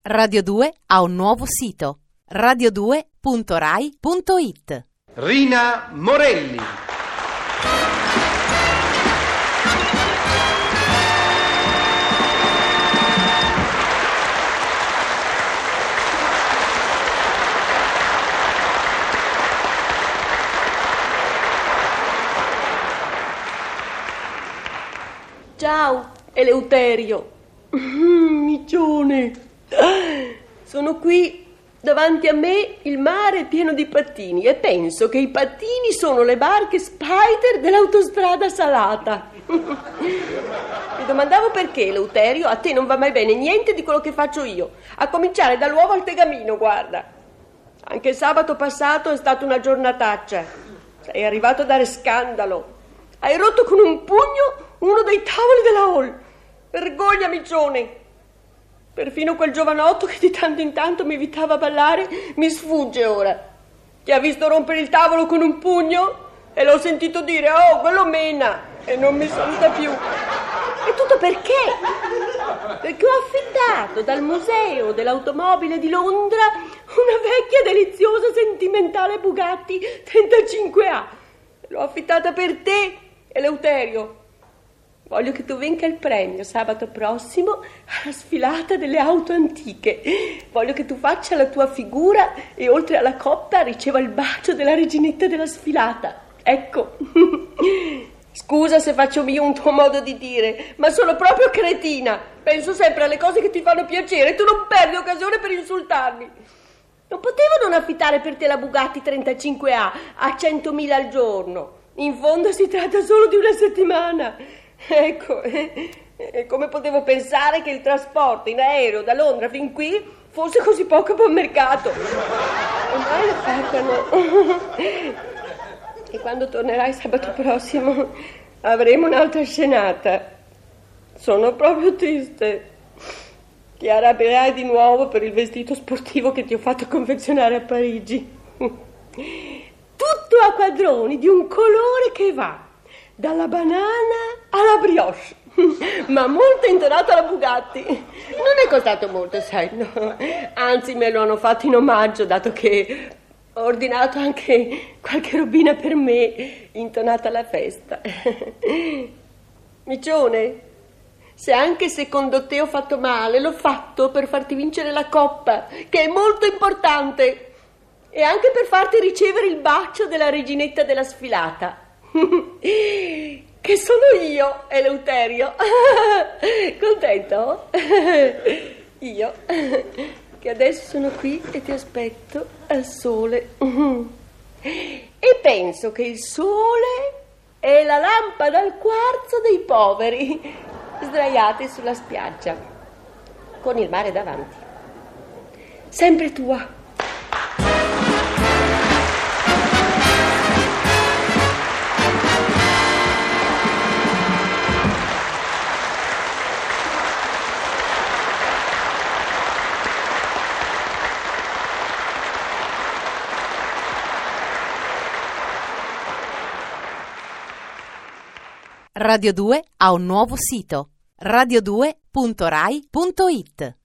Radio 2 ha un nuovo sito, radio2.rai.it. Rina Morelli. Ciao, Eleuterio. Micione. Sono qui, davanti a me il mare è pieno di pattini e penso che i pattini sono le barche Spider dell'autostrada salata. Mi domandavo perché, Eleuterio, a te non va mai bene niente di quello che faccio io, a cominciare dall'uovo al tegamino, guarda. Anche sabato passato è stata una giornataccia. Sei arrivato a dare scandalo. Hai rotto con un pugno uno dei tavoli della hall. Vergogna, micione. Perfino quel giovanotto che di tanto in tanto mi invitava a ballare mi sfugge ora. Ti ha visto rompere il tavolo con un pugno e l'ho sentito dire: oh, quello mena, e non mi saluta più. E tutto perché? Perché ho affittato dal museo dell'automobile di Londra una vecchia deliziosa sentimentale Bugatti 35A. L'ho affittata per te, Eleuterio. Voglio che tu venga il premio sabato prossimo alla sfilata delle auto antiche. Voglio che tu faccia la tua figura e oltre alla coppa riceva il bacio della reginetta della sfilata. Ecco. Scusa se faccio mio un tuo modo di dire, ma sono proprio cretina. Penso sempre alle cose che ti fanno piacere e tu non perdi occasione per insultarmi. Non potevo non affittare per te la Bugatti 35A a 100.000 al giorno. In fondo si tratta solo di una settimana. Ecco, come potevo pensare che il trasporto in aereo da Londra fin qui fosse così poco a buon mercato? Ormai lo pagano. E quando tornerai sabato prossimo avremo un'altra scenata. Sono proprio triste. Ti arrabbierai di nuovo per il vestito sportivo che ti ho fatto confezionare a Parigi. Tutto a quadroni di un colore che va dalla banana alla brioche, ma molto intonato alla Bugatti. Non è costato molto, sai, no. Anzi, me lo hanno fatto in omaggio, dato che ho ordinato anche qualche robina per me, intonata alla festa. Micione, se anche secondo te ho fatto male, l'ho fatto per farti vincere la coppa, che è molto importante, e anche per farti ricevere il bacio della reginetta della sfilata. Che sono io, Eleuterio. Contento? Io che adesso sono qui e ti aspetto al sole. E penso che il sole è la lampada al quarzo dei poveri sdraiati sulla spiaggia con il mare davanti. Sempre tua. Radio 2 ha un nuovo sito, radio2.rai.it.